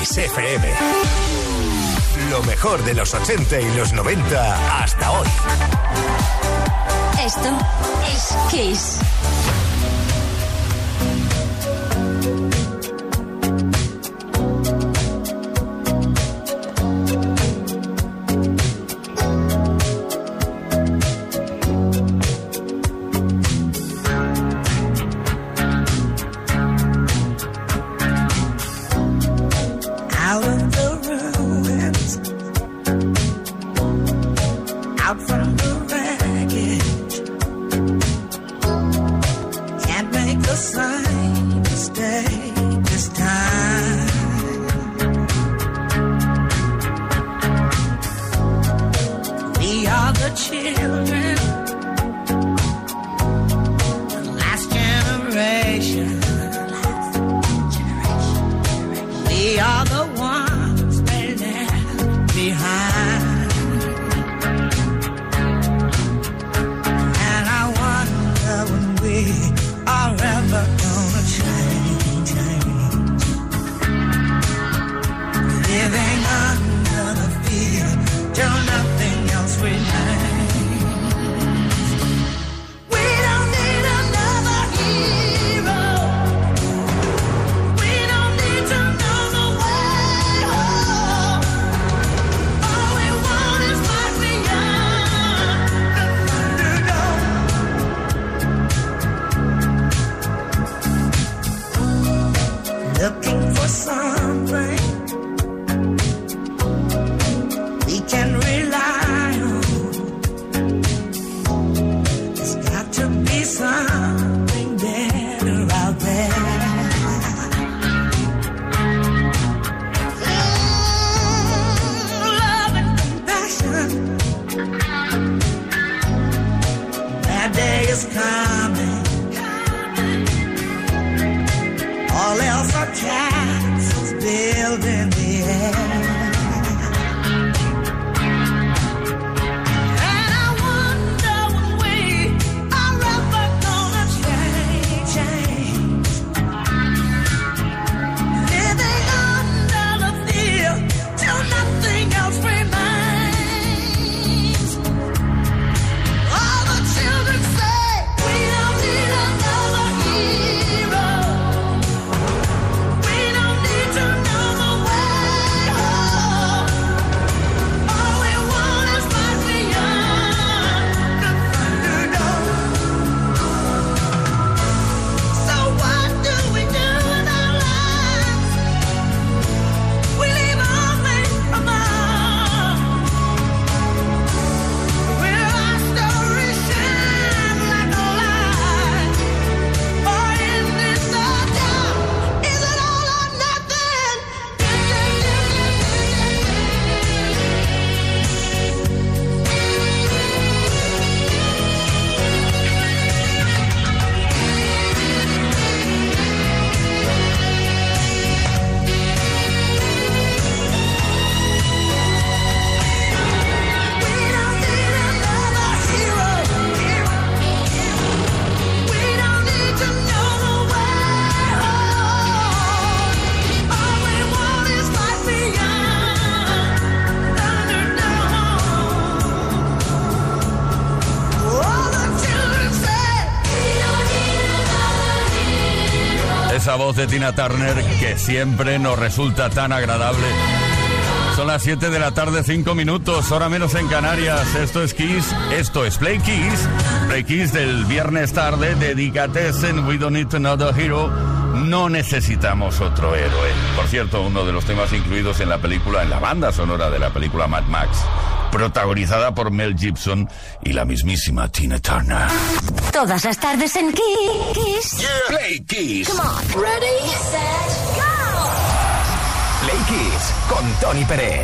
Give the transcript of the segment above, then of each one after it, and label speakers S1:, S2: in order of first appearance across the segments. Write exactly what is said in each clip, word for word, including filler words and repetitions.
S1: Kiss F M. Lo mejor de los ochenta y los noventa hasta hoy.
S2: Esto es Kiss.
S3: Esa voz de Tina Turner que siempre nos resulta tan agradable. Son las siete de la tarde, cinco minutos, hora menos en Canarias. Esto es Kiss, esto es Play Kiss. Play Kiss del viernes tarde, Dedicatessen, We Don't Need Another Hero. No necesitamos otro héroe. Por cierto, uno de los temas incluidos en la película, en la banda sonora de la película Mad Max, protagonizada por Mel Gibson y la mismísima Tina Turner.
S2: Todas las tardes en Kiss.
S1: Yeah. Play Kiss.
S2: Come on. Ready, set, go.
S1: Play Kiss con Tony Peret.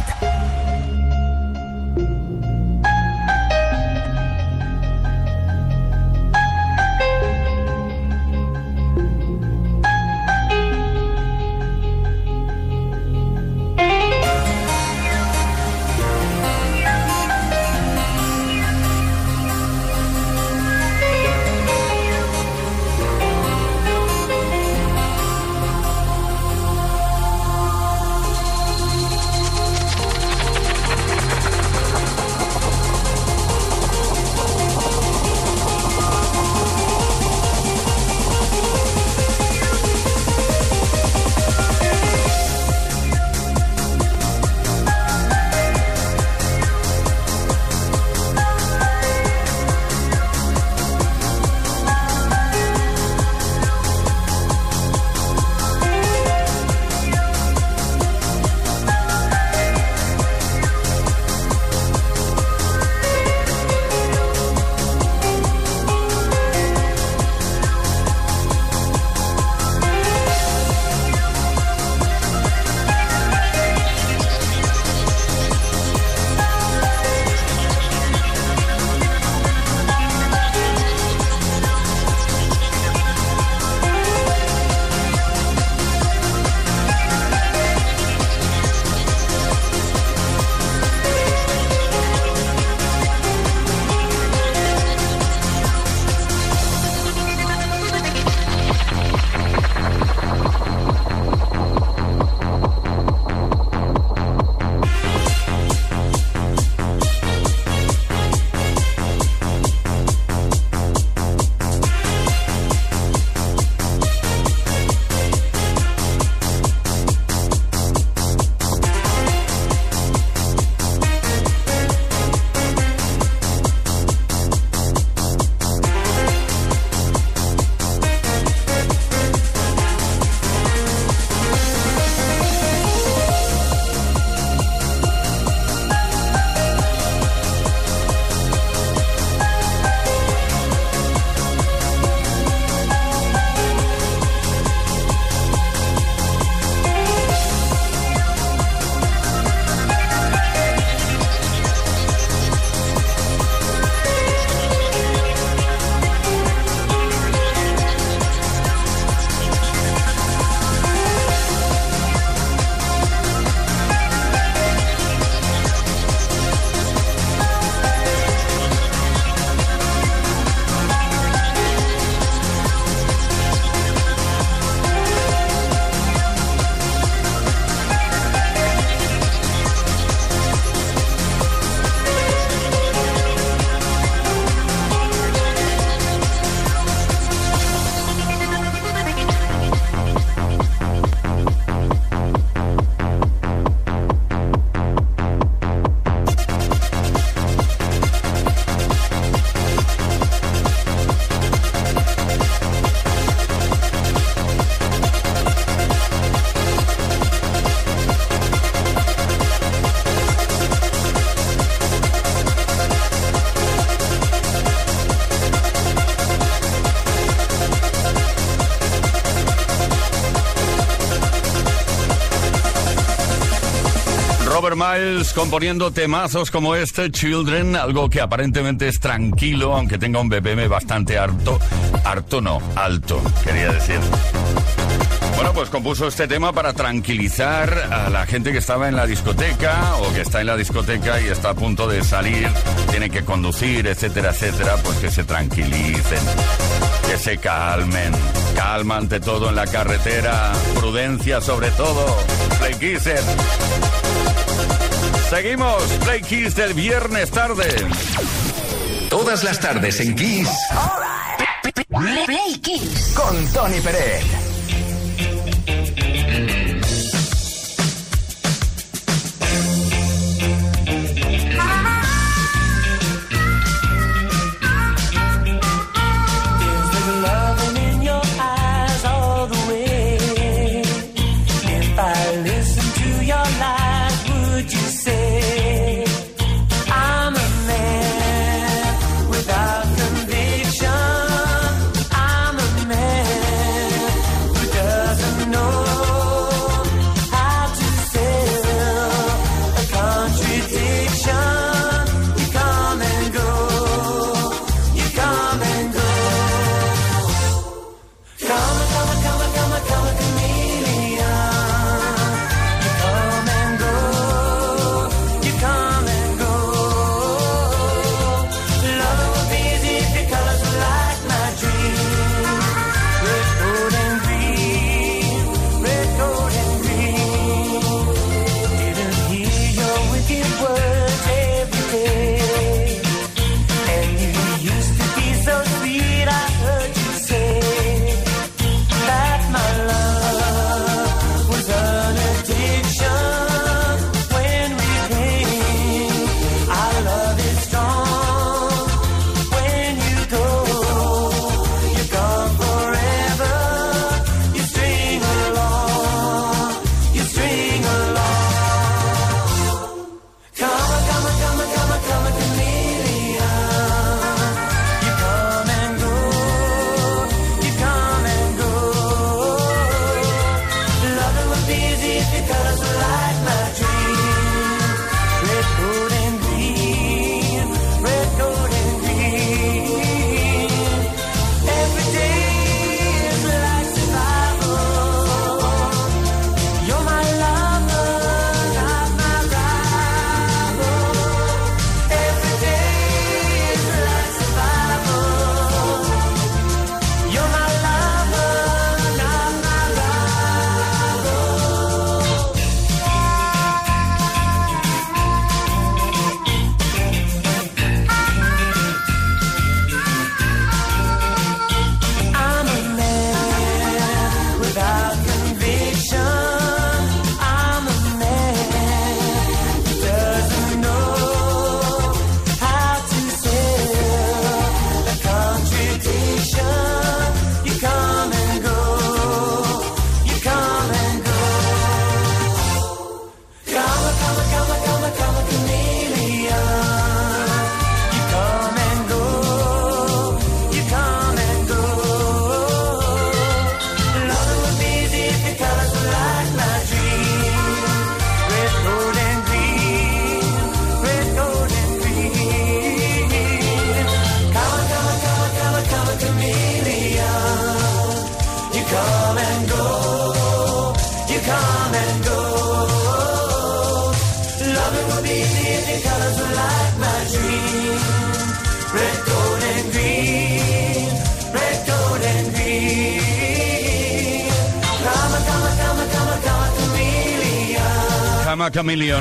S3: Robert Miles componiendo temazos como este, Children, algo que aparentemente es tranquilo, aunque tenga un B P M bastante alto. Harto no, alto, quería decir. Bueno, pues compuso este tema para tranquilizar a la gente que estaba en la discoteca o que está en la discoteca y está a punto de salir, tiene que conducir, etcétera, etcétera, pues que se tranquilicen, que se calmen. Calma ante todo en la carretera, prudencia sobre todo. Play Kisser. Seguimos, Play Kiss del viernes tarde.
S1: Todas las tardes en Kiss.
S2: Play Kiss.
S1: Con Tony Pérez.
S3: Chameleon.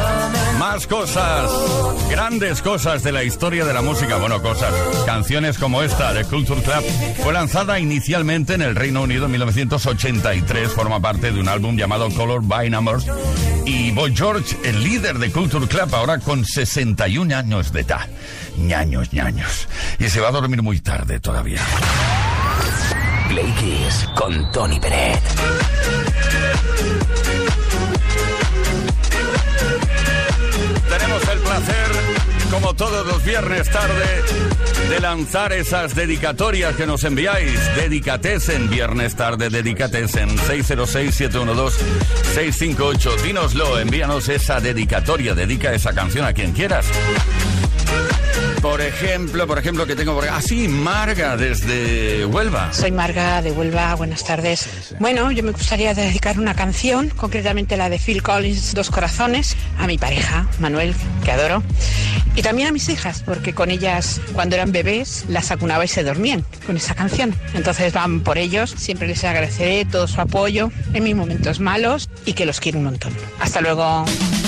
S3: Más cosas, grandes cosas de la historia de la música. Bueno, cosas, canciones como esta de Culture Club. Fue lanzada inicialmente en el Reino Unido en mil novecientos ochenta y tres. Forma parte de un álbum llamado Color by Numbers. Y Boy George, el líder de Culture Club, ahora con sesenta y un años de edad. Ñaños, ñaños. Y se va a dormir muy tarde todavía.
S1: Play Kiss con Tony Pérez.
S3: Tenemos el placer, como todos los viernes tarde de lanzar esas dedicatorias que nos enviáis. Dedicatesen, viernes tarde, dedicatesen. seis cero seis, siete uno dos, seis cinco ocho. Dínoslo, envíanos esa dedicatoria, dedica esa canción a quien quieras. Por ejemplo, por ejemplo, que tengo por acá. Ah, sí, Marga, desde Huelva.
S4: Soy Marga, de Huelva, buenas tardes. Bueno, yo me gustaría dedicar una canción, concretamente la de Phil Collins, Dos Corazones, a mi pareja, Manuel, que adoro, y también a mis hijas, porque con ellas, cuando eran bebés, las acunaba y se dormían con esa canción. Entonces van por ellos, siempre les agradeceré todo su apoyo en mis momentos malos y que los quiero un montón. Hasta luego.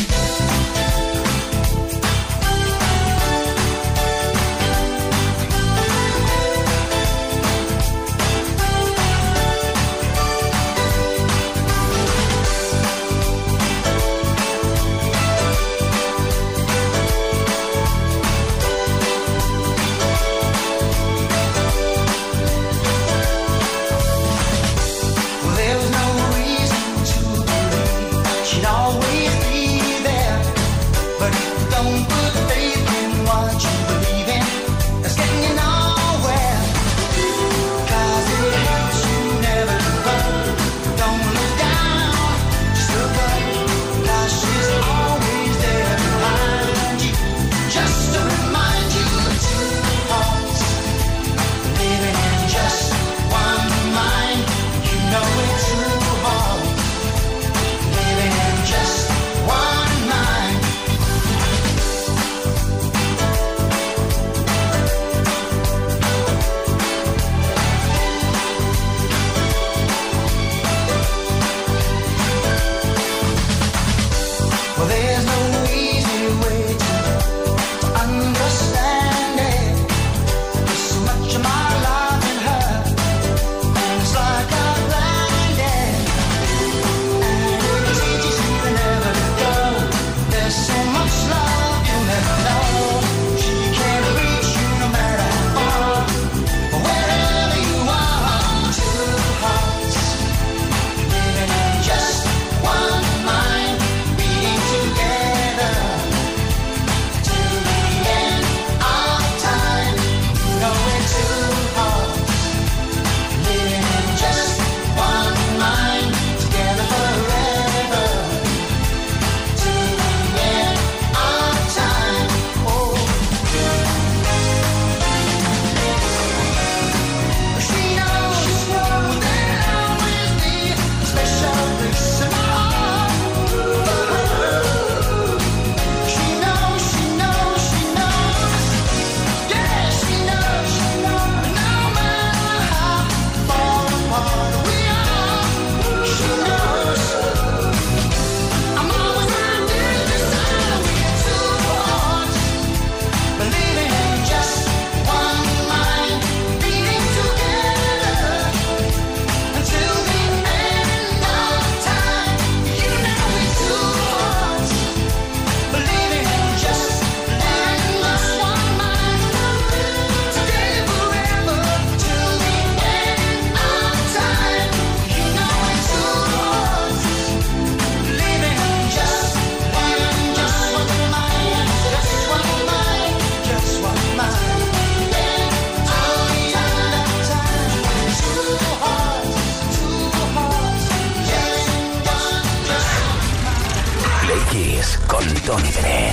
S1: con Tony Bennett.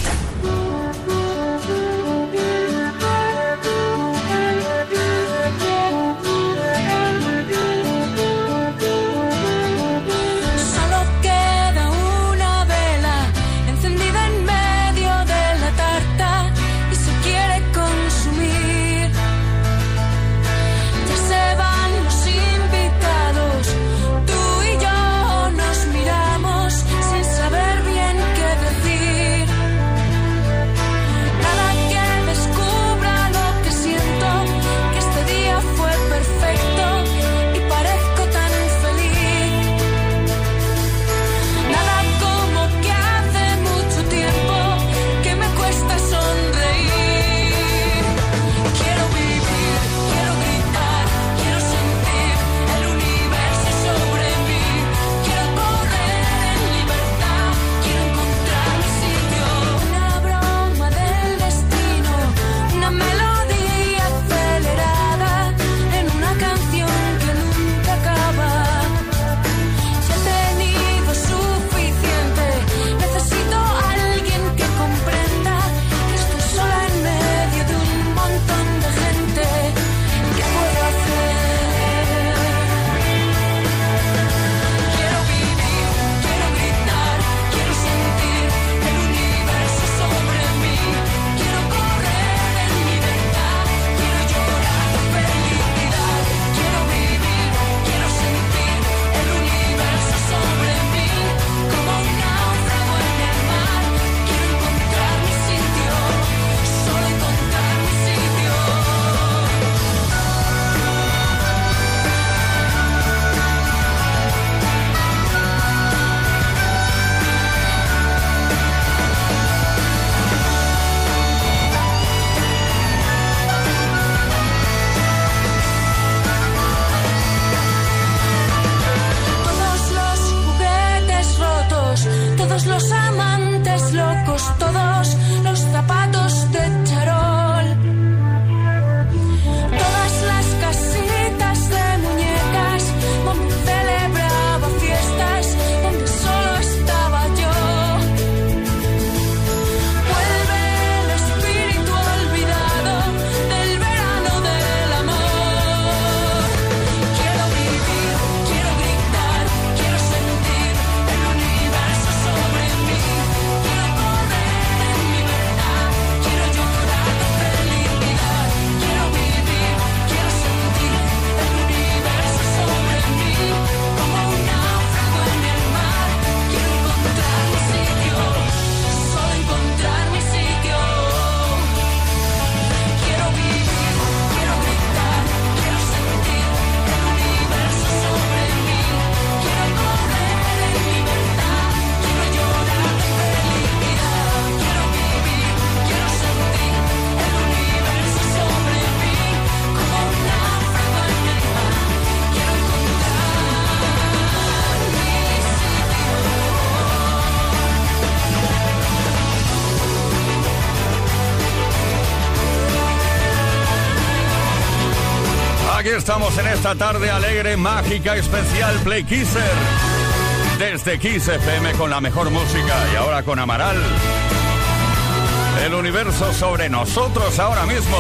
S3: estamos en esta tarde alegre, mágica, especial Play Kisser. Desde Kiss F M con la mejor música y ahora con Amaral. El universo sobre nosotros ahora mismo.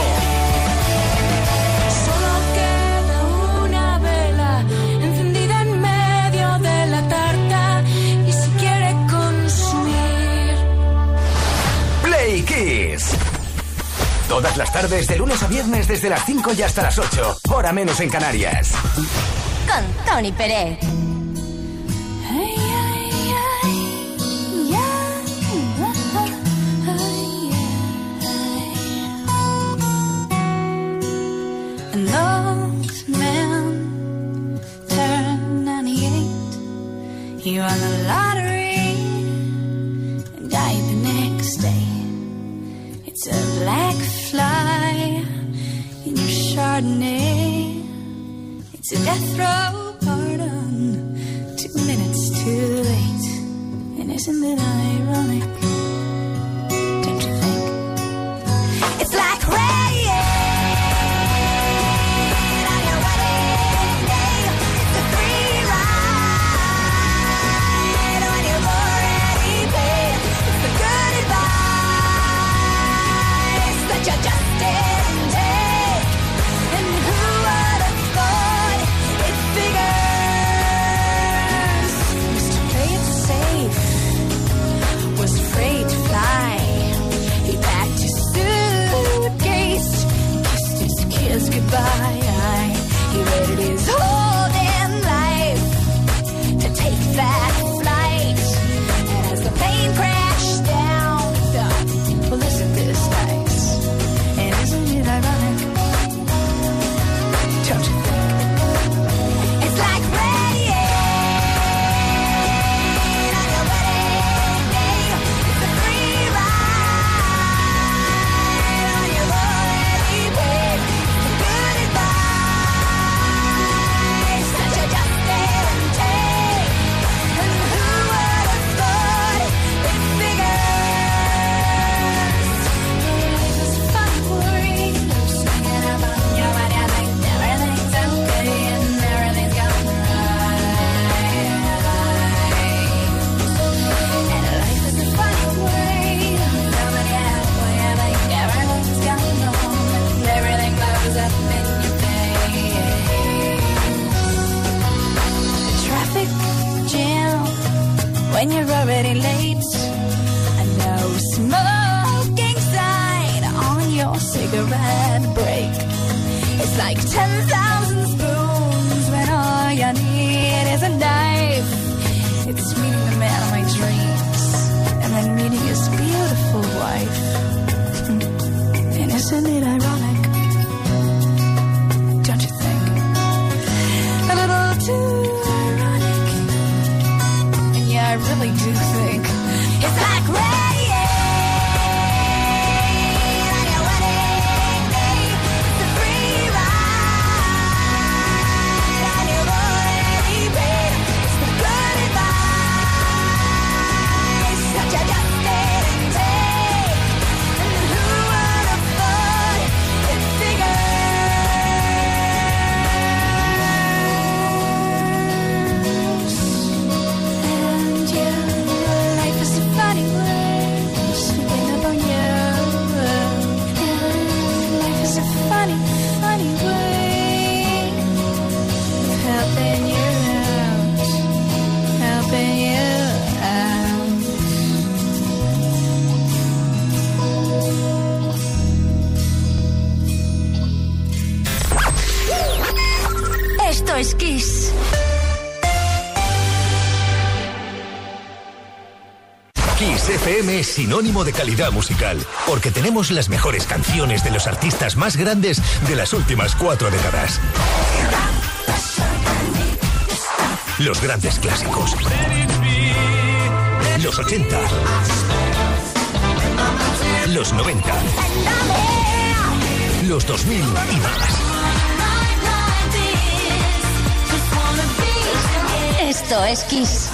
S5: Solo queda una vela encendida en medio de la tarta y se quiere consumir.
S1: Play Kiss. Todas las tardes, de lunes a viernes, desde las cinco y hasta las ocho. Hora menos en Canarias.
S2: Con Tony Pérez.
S5: Ay, ay, ay, yeah. Ay, ay. An old man turned ninety-eight. He won the lottery and died the next day. It's a black fly in your Chardonnay. It's a death row pardon, two minutes too late. And isn't it ironic? Don't you think? It's like rain on your wedding day. It's a free ride when you've already paid. It's the good advice that you just didn't take. And who would have thought it figures? Mister Play It Safe was afraid to fly. He packed his suitcase and kissed his kids goodbye. He waited his whole damn life to take that flight. And as the plane crashed down, he thought, well, isn't this nice? And isn't it ironic? Don't you think? It's like rain on your wedding day. It's a free ride when you've already paid. It's good advice that you just didn't take. And who would have thought it figures? Life is funny worry. Swinging up on you when you think everything's okay and everything's going right. And life is a funny way. Coming out when you think everything's going on and everything blows up in your face. The traffic jam when you're already late. And no smoking sign on your cigarette break. It's like ten thousand spoons when all you need is a knife. It's meeting the man of my dreams and then meeting his beautiful wife. And isn't it ironic? Don't you think? A little too ironic. And yeah, I really do think it's like rain on your wedding day. It's a free ride and you've already paid. It's the good advice that you just didn't take. And who would have thought it figures? And yeah, life is a funny way, sneaking up on you. Life is a funny, funny way of helping you out, helping you out.
S2: Esto es Kiss.
S1: Kiss F M es sinónimo de calidad musical, porque tenemos las mejores canciones de los artistas más grandes de las últimas cuatro décadas. Los grandes clásicos. Los ochenta. Los noventa. Los dos mil y más.
S2: Esto es Kiss.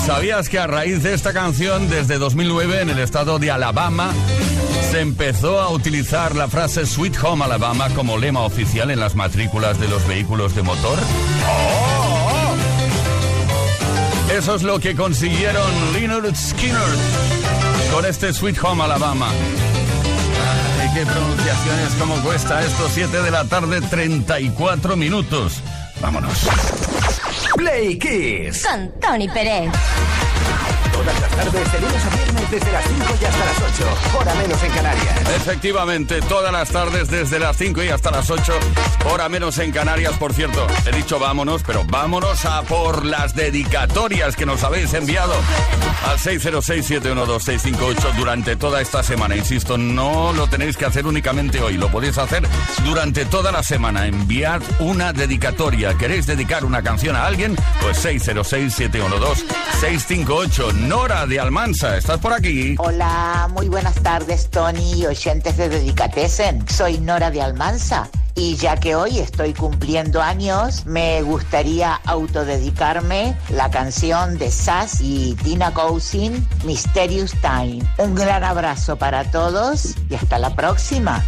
S3: ¿Sabías que a raíz de esta canción, desde dos mil nueve, en el estado de Alabama, se empezó a utilizar la frase Sweet Home Alabama como lema oficial en las matrículas de los vehículos de motor? ¡Oh! Eso es lo que consiguieron Lynyrd Skynyrd con este Sweet Home Alabama. Ay, qué pronunciaciones, cómo cuesta esto. Siete de la tarde, treinta y cuatro minutos. Vámonos.
S1: Play Kiss
S2: Con Tony Pérez.
S1: Todas las tardes, de lunes a viernes, desde las cinco y hasta las ocho, hora menos en Canarias.
S3: Efectivamente, todas las tardes desde las cinco y hasta las ocho, hora menos en Canarias. Por cierto, he dicho vámonos, pero vámonos a por las dedicatorias que nos habéis enviado al seis cero seis, siete uno dos, seis cinco ocho durante toda esta semana. Insisto, no lo tenéis que hacer únicamente hoy, lo podéis hacer durante toda la semana. Enviad una dedicatoria. ¿Queréis dedicar una canción a alguien? Pues seis cero seis, siete uno dos, seis cinco ocho. Nora de Almansa, ¿estás por aquí?
S6: Hola, muy buenas tardes, Tony y oyentes de Dedicatesen. Soy Nora de Almansa y ya que hoy estoy cumpliendo años, me gustaría autodedicarme la canción de Sass y Tina Cousin, Mysterious Time. Un gran abrazo para todos y hasta la próxima.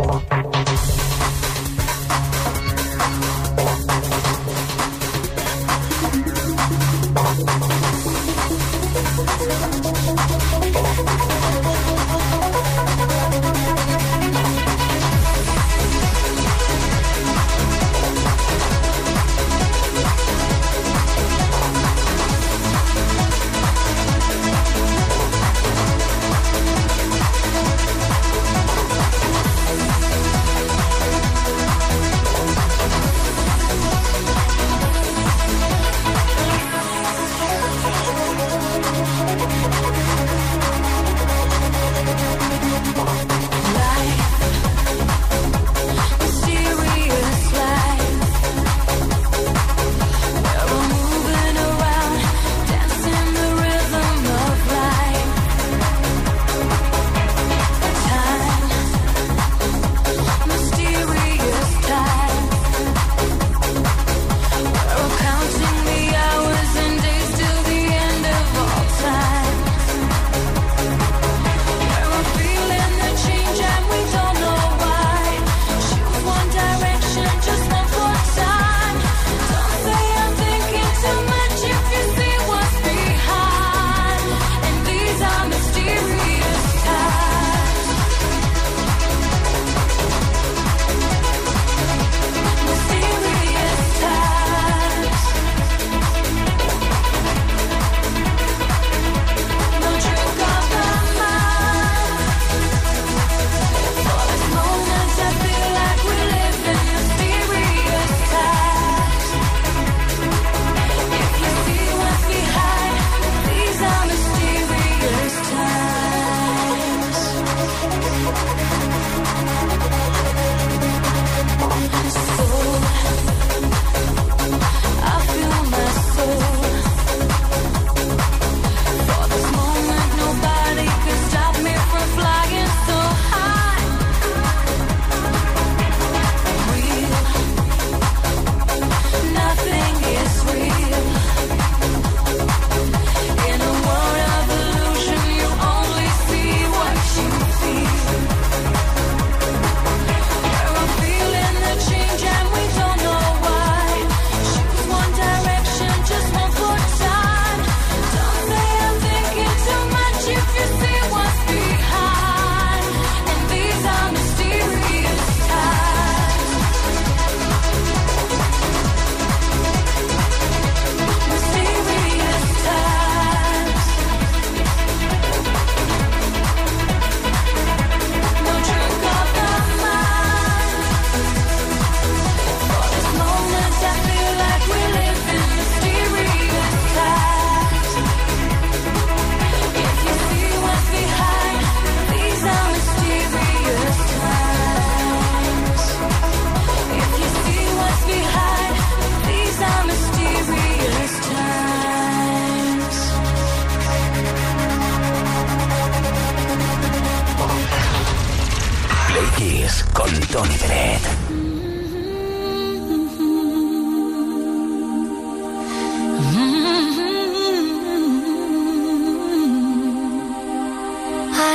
S1: con Tony Pérez.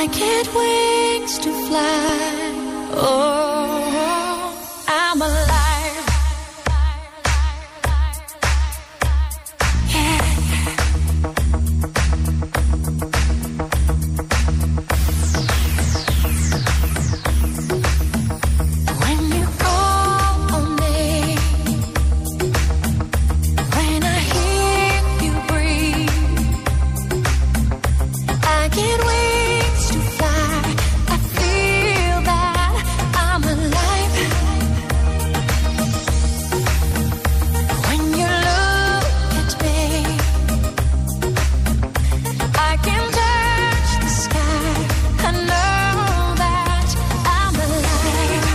S5: I get wings to fly. Oh, I'm alive. Yeah. When you call on me, when I hear you breathe, I get wings to fly. I feel that I'm alive. When you look at me, I can touch the sky. I know that I'm alive.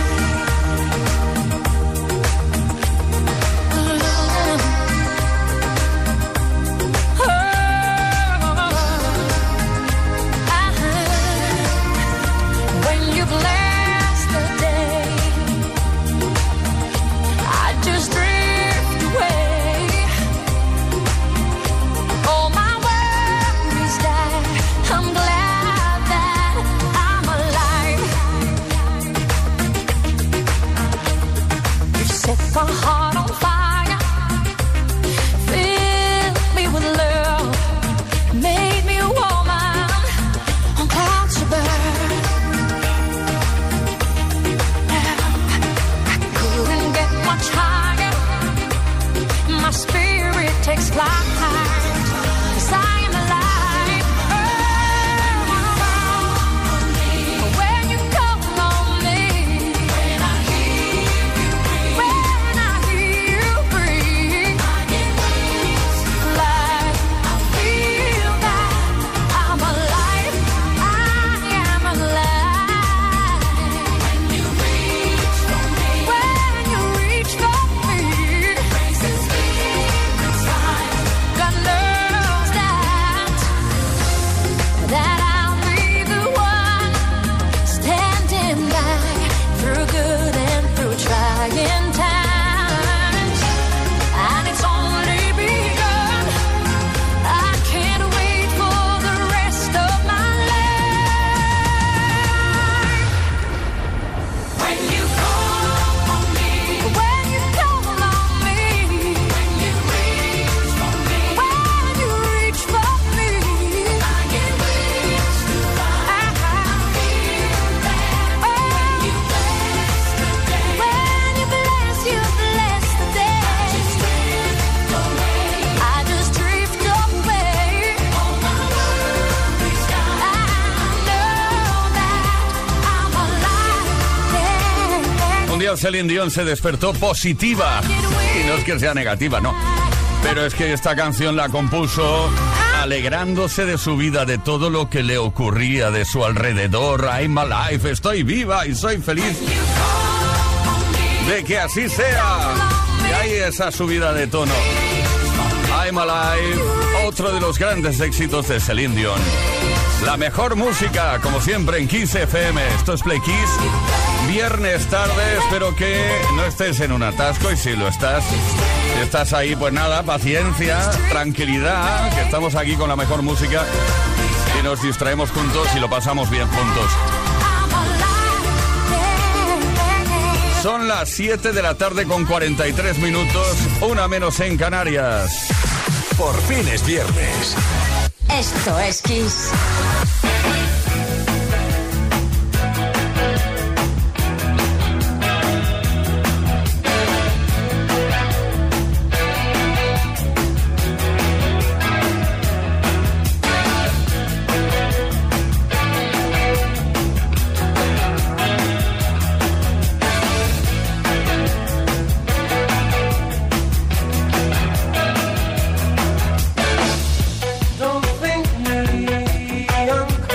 S5: Oh, when you bless the day, I just drift away. All my worries die. I'm glad that I'm alive. You set my heart on fire, filled me with love, made me a woman on clouds above. I couldn't get much higher. My spirit takes flight, 'cause I am alive. Oh, when you call on me, when I hear you breathe, when I hear you breathe, I get wings to fly. I feel that I'm alive. I am alive. When you reach for me, when you reach for me, praises spirits rise. God knows that that I'll be the one standing by through good and through trying times. And it's only begun. I can't wait for the rest of my life. When you call on me, when you call on me, when you reach for me, when you reach for me, I get wings to fly. I feel that when you bless the day, when you bless, you bless the day. I just drift away. All my worries die. I know that I'm alive. Yeah.
S3: Un día Celine Dion se despertó positiva. Y no es que sea negativa, no. Pero es que esta canción la compuso alegrándose de su vida, de todo lo que le ocurría de su alrededor. I'm alive, estoy viva y soy feliz de que así sea. Y ahí esa subida de tono. I'm alive, otro de los grandes éxitos de Celine Dion. La mejor música, como siempre, en Kiss F M. Esto es Play Kiss. Viernes tarde, espero que no estés en un atasco, y si lo estás, si estás ahí, pues nada, paciencia, tranquilidad, que estamos aquí con la mejor música y nos distraemos juntos y lo pasamos bien juntos. Son las siete de la tarde con cuarenta y tres minutos, una menos en Canarias.
S1: Por fin es viernes.
S2: Esto es Kiss.
S7: Don't think me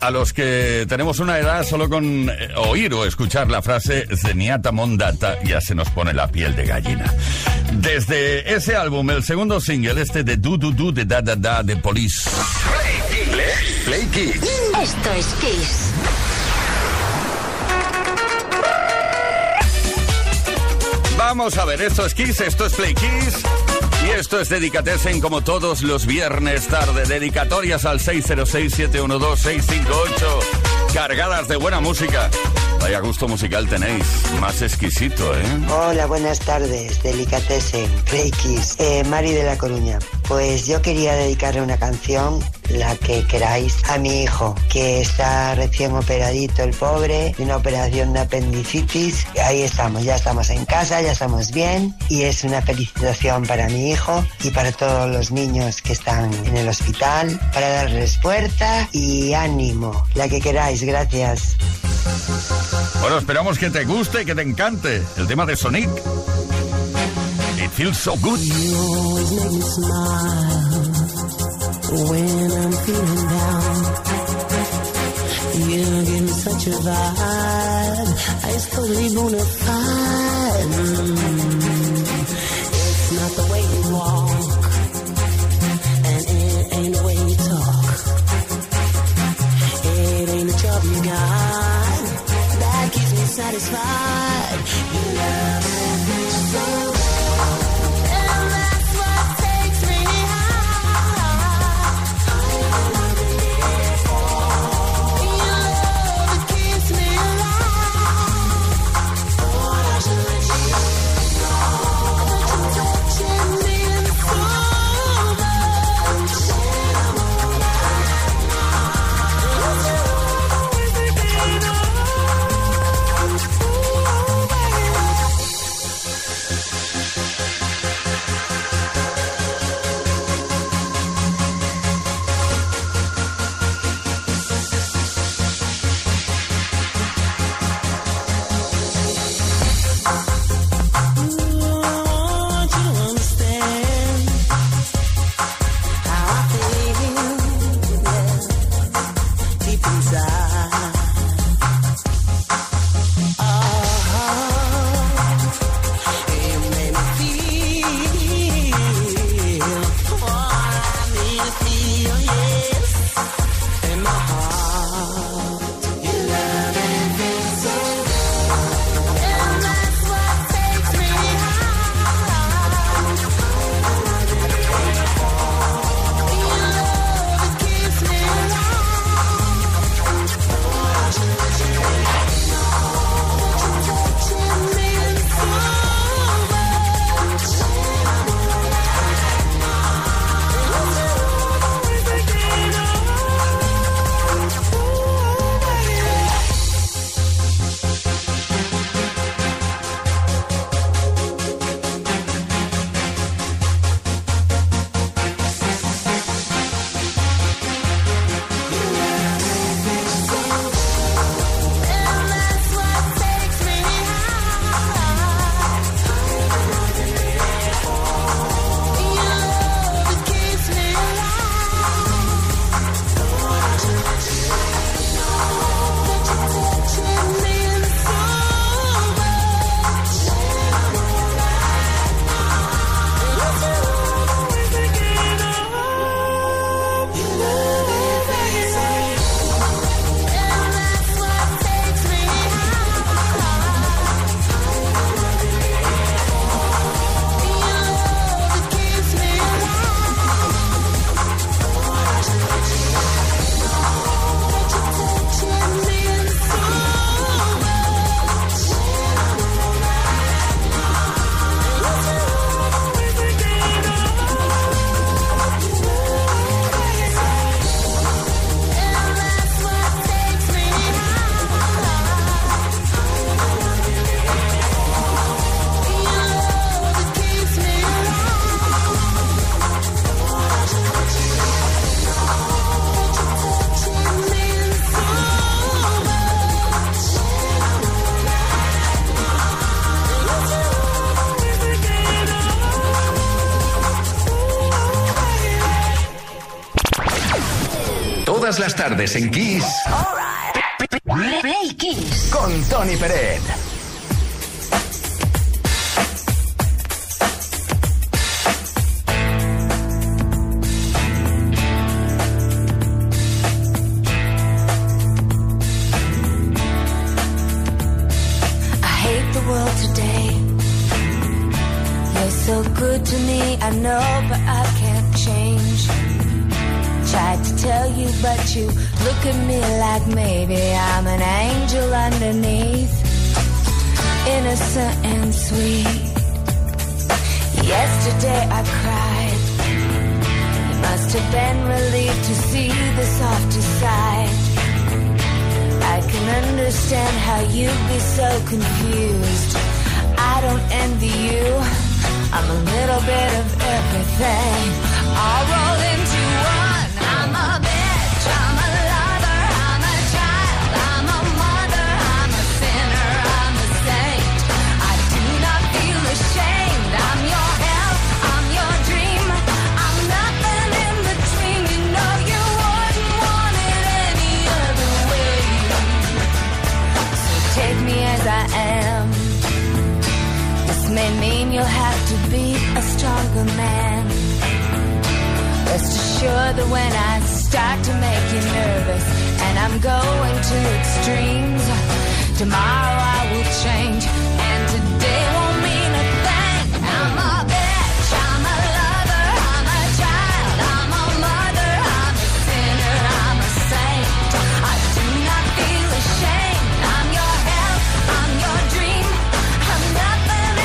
S3: a los que tenemos una edad solo con eh, oír o escuchar la frase Zeniata Mondata ya se nos pone la piel de gallina. Desde ese álbum, el segundo single, este de Du Du Du de Da Da Da de Police.
S1: Play Kiss.
S2: Esto es Kiss.
S3: Vamos a ver, esto es Kiss, esto es Play Kiss. Y esto es Dedicatessen como todos los viernes tarde. Dedicatorias al seis cero seis, siete uno dos, seis cinco ocho. Cargadas de buena música. Vaya gusto musical tenéis, más exquisito, ¿eh?
S7: Hola, buenas tardes, Delicatessen, Play Kiss, eh, Mari de La Coruña. Pues yo quería dedicarle una canción, la que queráis, a mi hijo, que está recién operadito, el pobre, de una operación de apendicitis. Ahí estamos, ya estamos en casa, ya estamos bien, y es una felicitación para mi hijo y para todos los niños que están en el hospital, para darles fuerza y ánimo, la que queráis, gracias.
S3: Bueno, esperamos que te guste, que te encante el tema de Sonic. It feels so good.
S8: You always make me smile when I'm feeling down. You give me such a vibe. It's totally bona fide. Mm. It's not the way you walk, and it ain't the way you talk. It ain't the job you got that keeps me satisfied. You love me so.
S1: Todas las tardes en Kiss.
S2: Right. Play Kiss.
S1: Con Tony Peret.
S5: So good to me, I know, but I can't change. Tried to tell you, but you look at me like maybe I'm an angel underneath, innocent and sweet. Yesterday I cried. You must have been relieved to see the softer side. I can understand how you'd be so confused. I don't envy you. I'm a little bit of everything, all rolled into one. I'm a bitch, I'm a lover, I'm a child, I'm a mother, I'm a sinner, I'm a saint. I do not feel ashamed. I'm your hell, I'm your dream, I'm nothing in between. You know you wouldn't want it any other way. So take me as I am. May mean you'll have to be a stronger man. Rest assured that when I start to make you nervous and I'm going to extremes, tomorrow I will change and today won't mean a thing. I'm a bitch, I'm a lover, I'm a child, I'm a mother, I'm a sinner, I'm a saint. I do not feel ashamed. I'm your hell, I'm your dream, I'm nothing.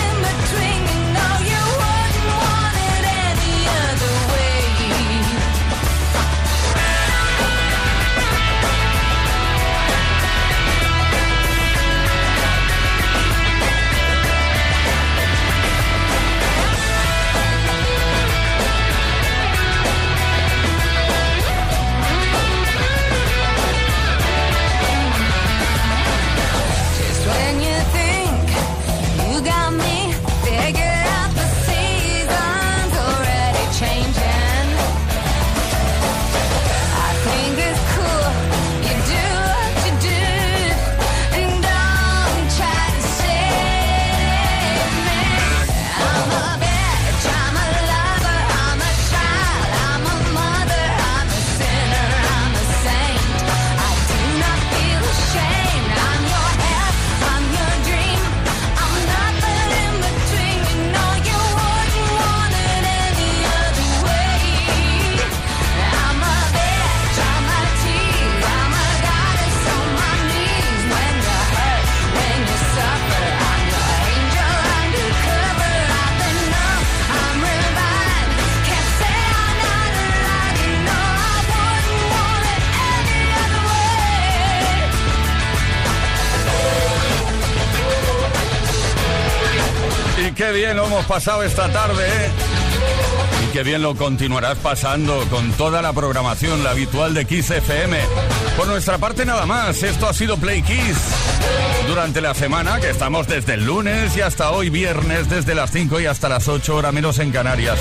S3: Qué bien lo hemos pasado esta tarde, ¿eh? Y qué bien lo continuarás pasando con toda la programación, la habitual de Kiss F M. Por nuestra parte nada más, esto ha sido Play Kiss. Durante la semana, que estamos desde el lunes y hasta hoy viernes, desde las cinco y hasta las ocho, hora menos en Canarias.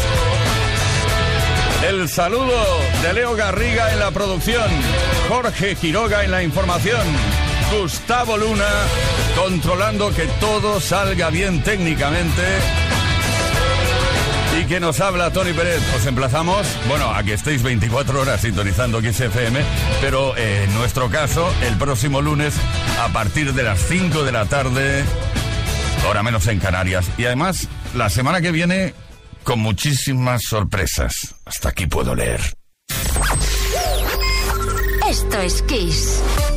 S3: El saludo de Leo Garriga en la producción, Jorge Quiroga en la información, Gustavo Luna controlando que todo salga bien técnicamente y que nos habla Tony Peret. Os emplazamos, bueno, a que estéis veinticuatro horas sintonizando Kiss F M, pero eh, en nuestro caso, el próximo lunes a partir de las cinco de la tarde, hora menos en Canarias. Y además, la semana que viene, con muchísimas sorpresas. Hasta aquí puedo leer.
S2: Esto es Kiss.